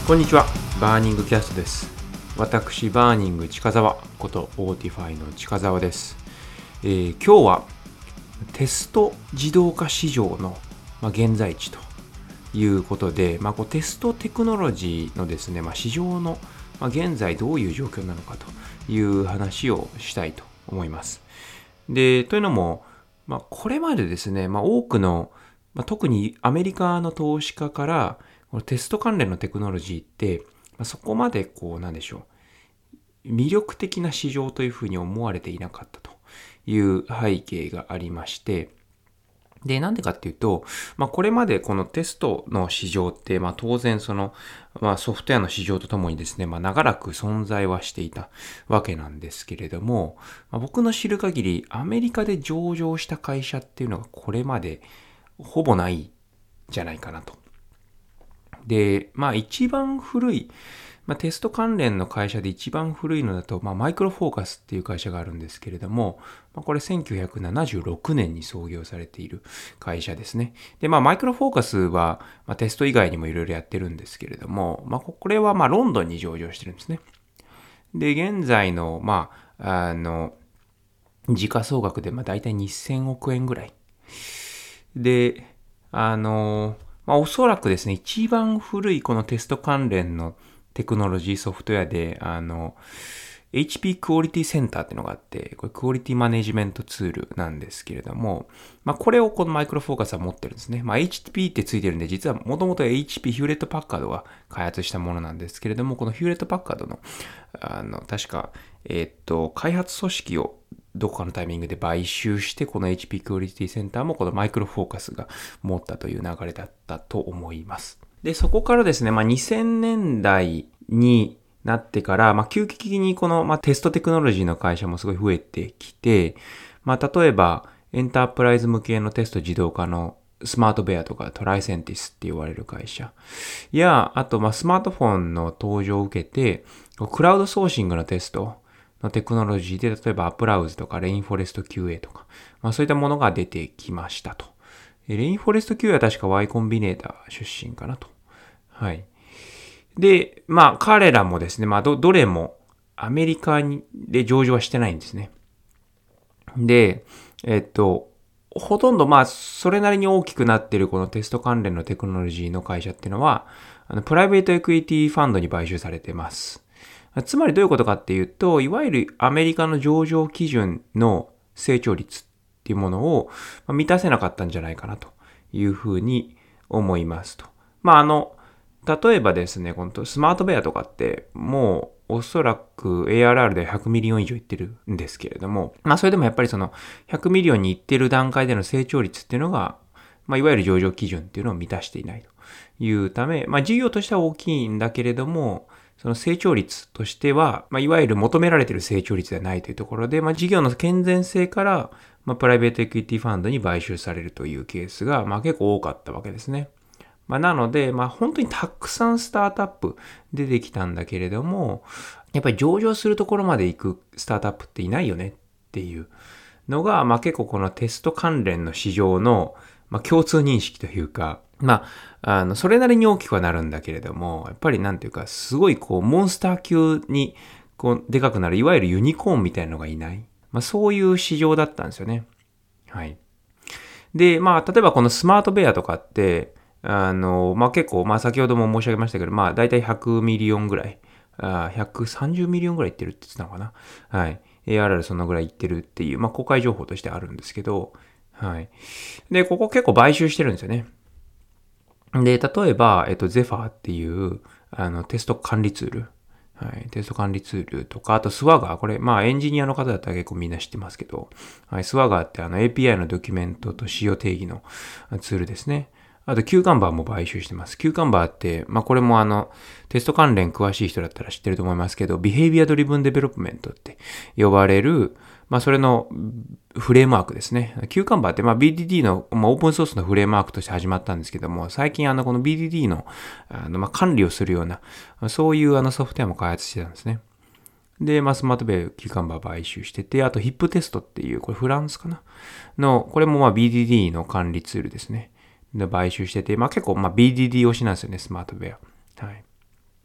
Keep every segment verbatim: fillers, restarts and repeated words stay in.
こんにちは、バーニングキャストです。私、バーニング近沢ことオーティファイの近沢です。えー、今日はテスト自動化市場の、まあ、現在地ということで、まあ、こうテストテクノロジーのですね、まあ、市場の、まあ、現在どういう状況なのかという話をしたいと思います。で、というのも、まあ、これまでですね、まあ、多くの、まあ、特にアメリカの投資家からこのテスト関連のテクノロジーって、まあ、そこまでこうなんでしょう魅力的な市場というふうに思われていなかったという背景がありまして、で、なんでかっていうと、まあ、これまでこのテストの市場って、まあ、当然その、まあ、ソフトウェアの市場とともにですね、まあ、長らく存在はしていたわけなんですけれども、まあ、僕の知る限り、アメリカで上場した会社っていうのがこれまでほぼないんじゃないかなと。で、まあ、一番古い、まあ、テスト関連の会社で一番古いのだと、まあ、マイクロフォーカスっていう会社があるんですけれども、まあ、これせんきゅうひゃくななじゅうろくねんに創業されている会社ですね。で、まあ、マイクロフォーカスは、まあ、テスト以外にもいろいろやってるんですけれども、まあ、これはまあロンドンに上場してるんですね。で、現在の、まあ、あの、時価総額でまあ大体にせんおくえんぐらい。で、あの、まあ、おそらくですね、一番古いこのテスト関連のテクノロジーソフトウェアで、あの、エイチピー クオリティセンターっていうのがあって、これクオリティマネジメントツールなんですけれども、まあ、これをこのマイクロフォーカスは持ってるんですね。まあ、エイチピー ってついてるんで、実はもともと エイチピー、ヒューレットパッカードが開発したものなんですけれども、このヒューレットパッカードの、あの、確か、えーっと、開発組織をどこかのタイミングで買収して、この エイチピー クオリティセンターもこのマイクロフォーカスが持ったという流れだったと思います。で、そこからですね、まあ、にせんねんだいになってから、まあ、急激にこの、まあ、テストテクノロジーの会社もすごい増えてきて、まあ、例えば、エンタープライズ向けのテスト自動化のスマートベアとかトライセンティスって言われる会社や、あと、まあ、スマートフォンの登場を受けて、クラウドソーシングのテストのテクノロジーで、例えばアプラウズとかレインフォレスト キューエー とか、まあ、そういったものが出てきましたと。レインフォレスト キューエー は確か Y コンビネーター出身かなと。はい。で、まあ彼らもですね、まあ ど, どれもアメリカにで上場はしてないんですね。で、えっと、ほとんどまあそれなりに大きくなっているこのテスト関連のテクノロジーの会社っていうのは、あのプライベートエクイティファンドに買収されています。つまりどういうことかっていうと、いわゆるアメリカの上場基準の成長率っていうものを満たせなかったんじゃないかなというふうに思いますと。まああの、例えばですね、このスマートベアとかってもうおそらく エーアールアール でひゃくミリオン以上いってるんですけれども、まあそれでもやっぱりそのひゃくミリオンにいってる段階での成長率っていうのが、まあいわゆる上場基準っていうのを満たしていないというため、まあ事業としては大きいんだけれども、その成長率としては、まあ、いわゆる求められている成長率ではないというところで、まあ、事業の健全性から、まあ、プライベートエクイティファンドに買収されるというケースが、まあ、結構多かったわけですね。まあ、なので、まあ、本当にたくさんスタートアップ出てきたんだけれども、やっぱり上場するところまで行くスタートアップっていないよねっていうのが、まあ、結構このテスト関連の市場の、まあ、共通認識というか、まあ、あの、それなりに大きくはなるんだけれども、やっぱりなんていうか、すごいこう、モンスター級に、こう、でかくなる、いわゆるユニコーンみたいなのがいない。まあ、そういう市場だったんですよね。はい。で、まあ、例えばこのスマートベアとかって、あの、まあ、結構、まあ、先ほども申し上げましたけど、まあ、だいたいひゃくミリオンぐらい、あひゃくさんじゅうミリオンぐらいいってるって言ってたのかな。はい。エーアールアール そのぐらいいってるっていう、まあ、公開情報としてあるんですけど、はい。で、ここ結構買収してるんですよね。で、例えば、えっと、ゼファーっていう、あの、テスト管理ツール。はい。テスト管理ツールとか、あとスワガー。これ、まあエンジニアの方だったら結構みんな知ってますけど、はい。スワガーってあの エーピーアイ のドキュメントと仕様定義のツールですね。あと、キューカンバーも買収してます。キューカンバーって、まあこれもあの、テスト関連詳しい人だったら知ってると思いますけど、ビヘイビアドリブンデベロップメントって呼ばれる、まあそれのフレームワークですね。キューカンバーってまあ ビーディーディー の、まあ、オープンソースのフレームワークとして始まったんですけども、最近あのこの ビーディーディー の、あのまあ管理をするような、そういうあのソフトウェアも開発してたんですね。で、まあ、スマートベア、キューカンバー買収してて、あとヒップテストっていう、これフランスかなの、これもまあ ビーディーディー の管理ツールですね。で、買収してて、まあ結構まあ ビーディーディー 推しなんですよね、スマートベア。はい。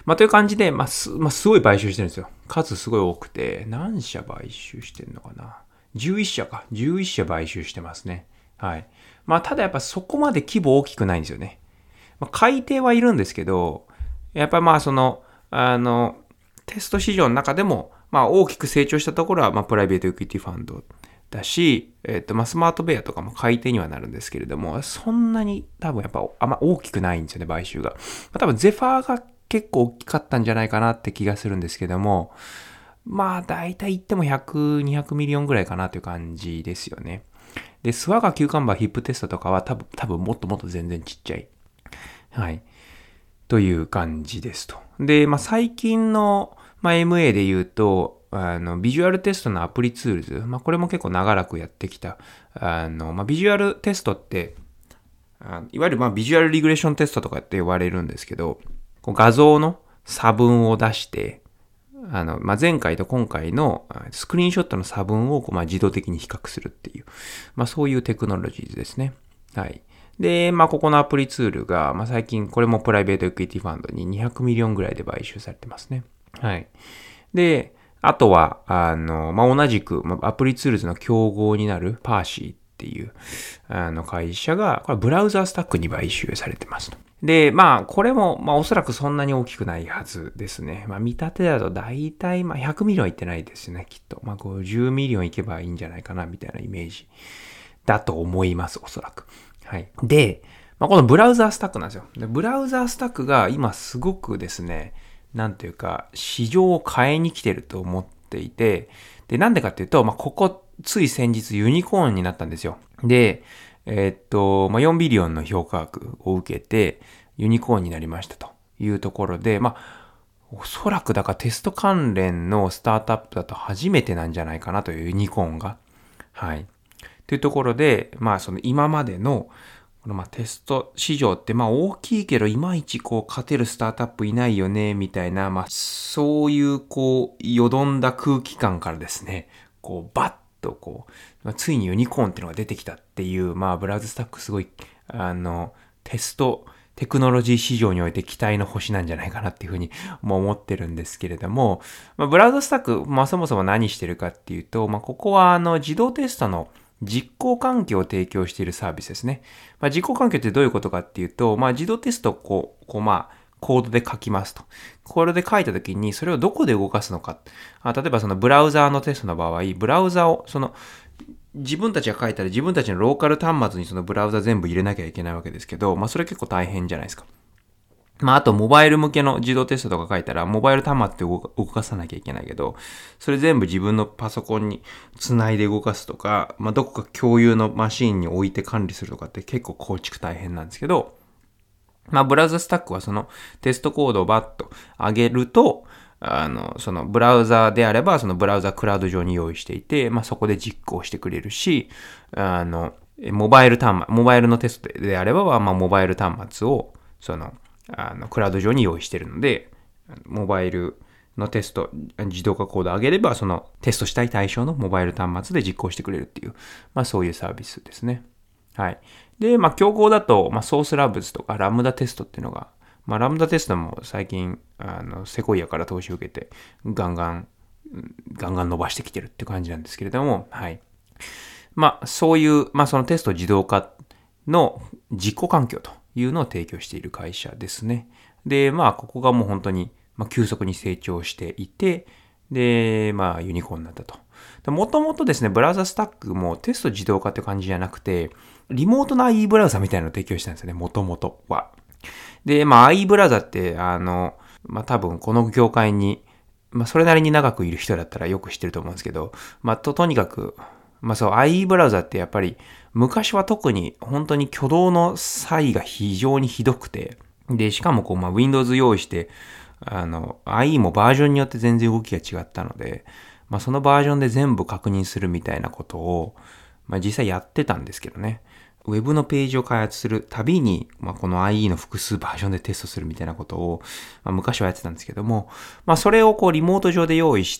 まあ、という感じで、まあ、す、まあ、すごい買収してるんですよ。数すごい多くて、何社買収してんのかな。じゅういっしゃか。じゅういっしゃ買収してますね。はい。まあ、ただやっぱそこまで規模大きくないんですよね。まあ、買い手はいるんですけど、やっぱりまあその、あの、テスト市場の中でも、まあ大きく成長したところは、まあプライベートエクイティファンドだし、えっと、まあスマートベアとかも買い手にはなるんですけれども、そんなに多分やっぱあんま大きくないんですよね、買収が。まあ、多分ゼファーが結構大きかったんじゃないかなって気がするんですけども、まあ大体言ってもひゃく、にひゃくミリオンぐらいかなという感じですよね。で、スワガー、キューカンバー、ヒップテストとかは多分、多分もっともっと全然ちっちゃい。はい。という感じですと。で、まあ、最近の、まあ、エムエー で言うと、あの、ビジュアルテストのアプリツールズ、まあ、これも結構長らくやってきた、あの、まあ、ビジュアルテストって、あいわゆる、まあ、ビジュアルリグレーションテストとかって呼ばれるんですけど、こう画像の差分を出して、あの、まあ、前回と今回のスクリーンショットの差分をこう、まあ、自動的に比較するっていう、まあ、そういうテクノロジーズですね。はい。で、まあ、ここのアプリツールが、まあ、最近これもプライベートエクイティファンドににひゃくミリオンぐらいで買収されてますね。はい。で、あとは、あの、まあ、同じく、まあ、アプリツールズの競合になるパーシーっていう、あの会社が、これブラウザースタックに買収されてますと。で、まあ、これも、まあ、おそらくそんなに大きくないはずですね。まあ、見立てだと大体、まあ、ひゃくミリオンいってないですね、きっと。まあ、ごじゅうミリオンいけばいいんじゃないかな、みたいなイメージだと思います、おそらく。はい。で、まあ、このブラウザースタックなんですよ。で、ブラウザースタックが今すごくですね、なんていうか、市場を変えに来てると思っていて、で、なんでかっていうと、まあ、ここ、つい先日ユニコーンになったんですよ。で、えー、っと、まあ、よんビリオンの評価額を受けて、ユニコーンになりましたというところで、まあ、おそらくだからテスト関連のスタートアップだと初めてなんじゃないかなというユニコーンが。はい。というところで、まあその今までの、このまあテスト市場ってまあ大きいけどいまいちこう勝てるスタートアップいないよね、みたいな、まあそういうこうよどんだ空気感からですね、こうバッとこう、まあ、ついにユニコーンっていうのが出てきたっていう、まあブラウズスタックすごい、あの、テスト、テクノロジー市場において期待の星なんじゃないかなっていうふうにも思ってるんですけれども、まあ、ブラウズスタック、まあそもそも何してるかっていうと、まあここはあの自動テストの実行環境を提供しているサービスですね。まあ、実行環境ってどういうことかっていうと、まあ、自動テストをこう、こうまあ、コードで書きますと。これで書いたときに、それをどこで動かすのか。あ例えばそのブラウザーのテストの場合、ブラウザを、その、自分たちが書いたら自分たちのローカル端末にそのブラウザ全部入れなきゃいけないわけですけど、まあ、それ結構大変じゃないですか。まあ、あと、モバイル向けの自動テストとか書いたら、モバイル端末で動かさなきゃいけないけど、それ全部自分のパソコンにつないで動かすとか、まあ、どこか共有のマシンに置いて管理するとかって結構構築大変なんですけど、まあ、ブラウザスタックはそのテストコードをバッと上げると、あの、そのブラウザであれば、そのブラウザクラウド上に用意していて、まあ、そこで実行してくれるし、あの、モバイル端末、モバイルのテストであれば、まあ、モバイル端末を、その、あの、クラウド上に用意しているので、モバイルのテスト、自動化コードを上げれば、そのテストしたい対象のモバイル端末で実行してくれるっていう、まあそういうサービスですね。はい。で、まあ競合だと、まあソースラブズとかラムダテストっていうのが、まあラムダテストも最近、あの、セコイアから投資を受けて、ガンガン、ガンガン伸ばしてきてるっていう感じなんですけれども、はい。まあそういう、まあそのテスト自動化の実行環境というのを提供している会社ですね。で、まあここがもう本当に、まあ、急速に成長していて、で、まあユニコーンになったと。もともとですね、ブラウザスタックもテスト自動化って感じじゃなくて、リモートの アイイー ブラウザみたいなのを提供したんですよね、もともとは。で、まあ アイイー ブラウザって、あの、まあ多分この業界に、まあそれなりに長くいる人だったらよく知ってると思うんですけど、まあと、とにかく、まあそう、アイイー ブラウザってやっぱり昔は特に本当に挙動の差異が非常にひどくて、で、しかもこう、まあ Windows 用意して、あの、アイイー もバージョンによって全然動きが違ったので、まあそのバージョンで全部確認するみたいなことを、まあ実際やってたんですけどね。ウェブのページを開発するたびに、まあこの アイイー の複数バージョンでテストするみたいなことを、まあ昔はやってたんですけども、まあそれをこうリモート上で用意して、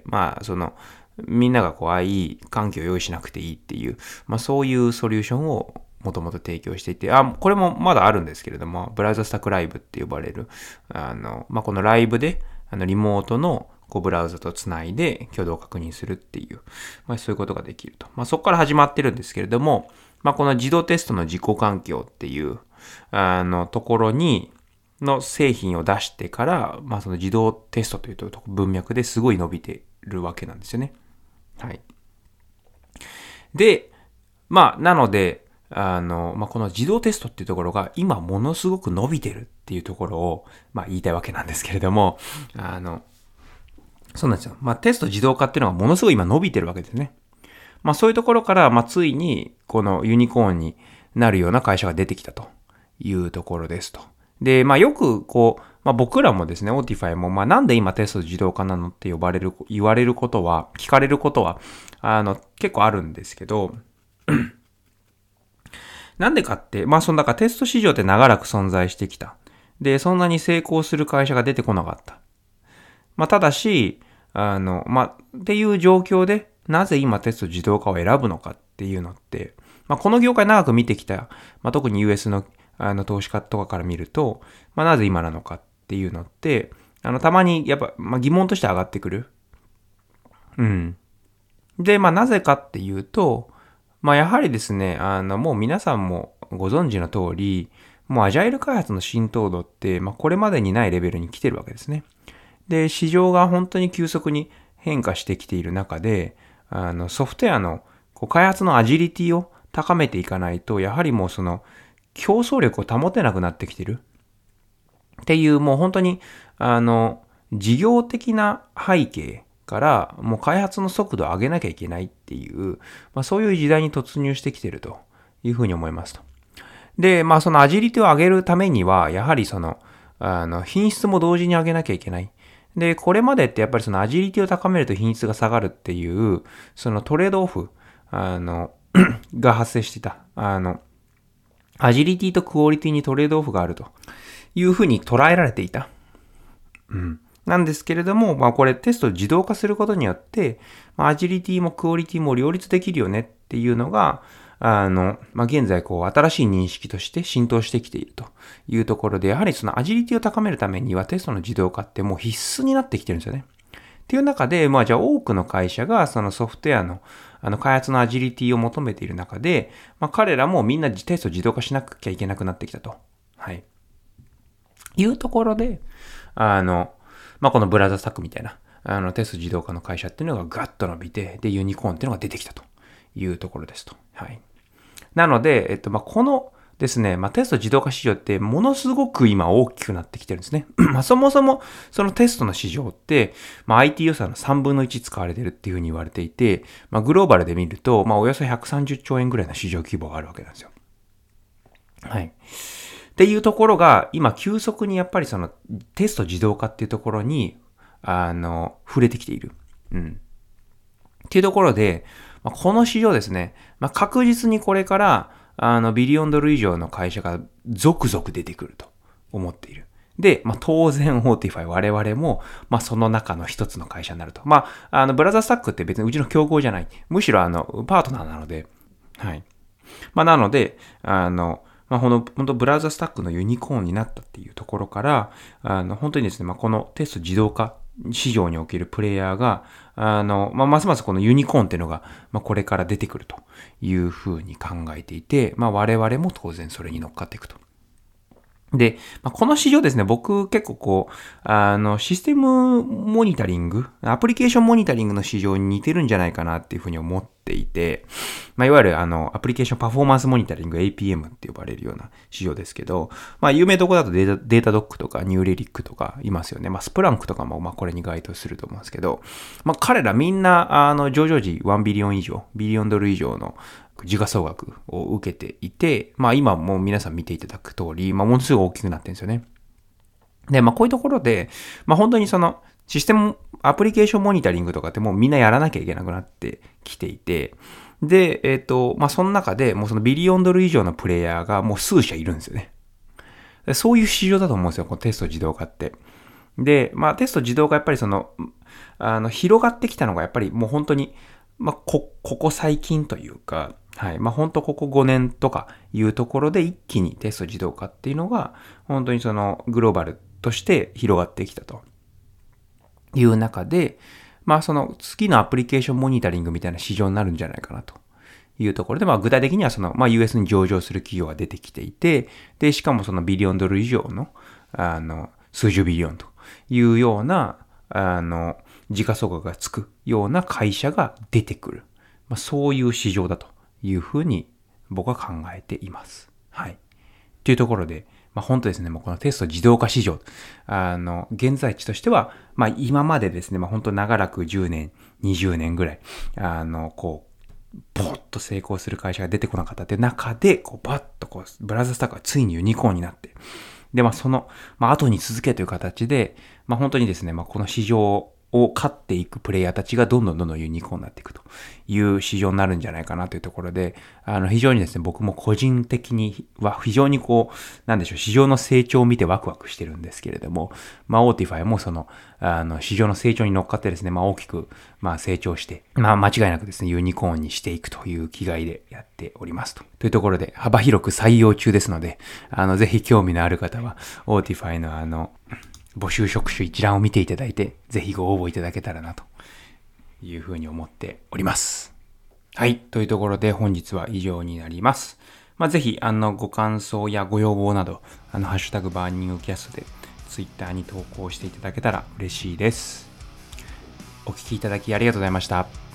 まあその、みんながこう アイイー 環境を用意しなくていいっていう、まあそういうソリューションをもともと提供していて、あ、これもまだあるんですけれども、ブラウザスタックライブって呼ばれる、あの、まあ、このライブで、あの、リモートのこうブラウザとつないで挙動を確認するっていう、まあ、そういうことができると。まあ、そこから始まってるんですけれども、まあ、この自動テストの自己環境っていう、あの、ところに、の製品を出してから、まあ、その自動テストというと文脈ですごい伸びてるわけなんですよね。はい。で、まあ、なので、あの、まあ、この自動テストっていうところが今ものすごく伸びてるっていうところを、まあ、言いたいわけなんですけれども、あの、そうなんですよ。まあ、テスト自動化っていうのがものすごい今伸びてるわけですね。まあ、そういうところから、まあ、ついに、このユニコーンになるような会社が出てきたというところですと。で、まあ、よく、こう、まあ、僕らもですね、オーティファイも、まあ、なんで今テスト自動化なのって呼ばれる、言われることは、聞かれることは、あの、結構あるんですけど、なんでかって、まあ、その、だからテスト市場って長らく存在してきた。で、そんなに成功する会社が出てこなかった。まあ、ただし、あの、まあ、っていう状況で、なぜ今テスト自動化を選ぶのかっていうのって、まあ、この業界長く見てきた、まあ、特に ユーエス の、あの投資家とかから見ると、まあ、なぜ今なのかっていうのって、あの、たまにやっぱ、まあ、疑問として上がってくる。うん。で、まあ、なぜかっていうと、まあ、やはりですね、あの、もう皆さんもご存知の通り、もうアジャイル開発の浸透度って、まあ、これまでにないレベルに来てるわけですね。で、市場が本当に急速に変化してきている中で、あの、ソフトウェアのこう開発のアジリティを高めていかないと、やはりもうその、競争力を保てなくなってきてる。っていう、もう本当に、あの、事業的な背景から、もう開発の速度を上げなきゃいけないっていう、まあそういう時代に突入してきてるというふうに思いますと。で、まあそのアジリティを上げるためには、やはりその、あの、品質も同時に上げなきゃいけない。で、これまでってやっぱりそのアジリティを高めると品質が下がるっていう、そのトレードオフ、あの、が発生してた。あの、アジリティとクオリティにトレードオフがあるというふうに捉えられていた。うん。なんですけれども、まあこれテストを自動化することによって、まあ、アジリティもクオリティも両立できるよねっていうのが、あの、まあ現在こう新しい認識として浸透してきているというところで、やはりそのアジリティを高めるためにはテストの自動化ってもう必須になってきてるんですよね。っていう中で、まあじゃあ多くの会社がそのソフトウェアのあの開発のアジリティを求めている中で、まあ彼らもみんなテストを自動化しなきゃいけなくなってきたと。はい。いうところで、あの、まあこのブラザースタックみたいな、あのテスト自動化の会社っていうのがガッと伸びて、で、ユニコーンっていうのが出てきたというところですと。はい。なので、えっと、まあこの、ですね、まあ、テスト自動化市場ってものすごく今大きくなってきてるんですね。まあ、そもそもそのテストの市場って、まあ、アイティー 予算のさんぶんのいち使われてるっていうふうに言われていて、まあ、グローバルで見ると、まあ、およそひゃくさんじゅっちょうえんぐらいの市場規模があるわけなんですよ。はい。っていうところが、今急速にやっぱりそのテスト自動化っていうところに、あの、触れてきている。うん。っていうところで、まあ、この市場ですね、まあ、確実にこれから、あの、ビリオンドル以上の会社が続々出てくると思っている。で、まあ、当然、オーティファイ我々も、まあ、その中の一つの会社になると。まあ、あの、ブラザースタックって別にうちの競合じゃない。むしろ、あの、パートナーなので、はい。まあ、なので、あの、まあ、ほんと、ほんと、ブラウザスタックのユニコーンになったっていうところから、あの、本当にですね、まあ、このテスト自動化市場におけるプレイヤーが、あの、まあ、ますますこのユニコーンっていうのが、まあ、これから出てくるというふうに考えていて、まあ、我々も当然それに乗っかっていくと。で、まあ、この市場ですね、僕結構こう、あの、システムモニタリング、アプリケーションモニタリングの市場に似てるんじゃないかなっていうふうに思っていて、まあ、いわゆるあの、アプリケーションパフォーマンスモニタリング エーピーエム って呼ばれるような市場ですけど、まあ、有名どこだとデータ、データドックとかニューレリックとかいますよね。まあ、スプランクとかもまあ、これに該当すると思うんですけど、まあ、彼らみんな、あの、上場時いちビリオン以上、ビリオンドル以上の時価総額を受けていて、まあ今もう皆さん見ていただく通り、まあものすごい大きくなってるんですよね。で、まあこういうところで、まあ本当にそのシステム、アプリケーションモニタリングとかってもうみんなやらなきゃいけなくなってきていて、で、えっと、まあその中でもうそのビリオンドル以上のプレイヤーがもう数社いるんですよね。そういう市場だと思うんですよ、このテスト自動化って。で、まあテスト自動化やっぱりその、あの、広がってきたのがやっぱりもう本当に、まあこ、ここ最近というか、 はい。まあ本当ここごねんとかいうところで一気にテスト自動化っていうのが本当にそのグローバルとして広がってきたという中で、まあその次のアプリケーションモニタリングみたいな市場になるんじゃないかなというところで、まあ具体的にはその、まあ ユーエス に上場する企業が出てきていて、で、しかもそのビリオンドル以上の、あの、数十ビリオンというような、あの、時価総額がつくような会社が出てくる。まあそういう市場だというふうに僕は考えています。はい。というところで、まあ本当ですね、もうこのテスト自動化市場、あの、現在地としては、まあ今までですね、まあ本当長らくじゅうねん、にじゅうねんぐらい、あの、こう、ボーッと成功する会社が出てこなかったって中で、こう、バッとこう、ブラザースタックがついにユニコーンになって、で、まあその、まあ後に続けという形で、まあ本当にですね、まあこの市場を勝っていくプレイヤーたちがどんどんどんどんユニコーンになっていくという市場になるんじゃないかなというところで、あの非常にですね、僕も個人的には非常にこう、なんでしょう、市場の成長を見てワクワクしてるんですけれども、まあオーティファイもその、あの市場の成長に乗っかってですね、まあ大きく、まあ成長して、まあ間違いなくですね、ユニコーンにしていくという気概でやっておりますと。というところで幅広く採用中ですので、あのぜひ興味のある方は、オーティファイのあの、募集職種一覧を見ていただいて、ぜひご応募いただけたらなというふうに思っております。はい。というところで本日は以上になります。まあ、ぜひ、あの、ご感想やご要望など、あの、ハッシュタグバーニングキャストでツイッターに投稿していただけたら嬉しいです。お聞きいただきありがとうございました。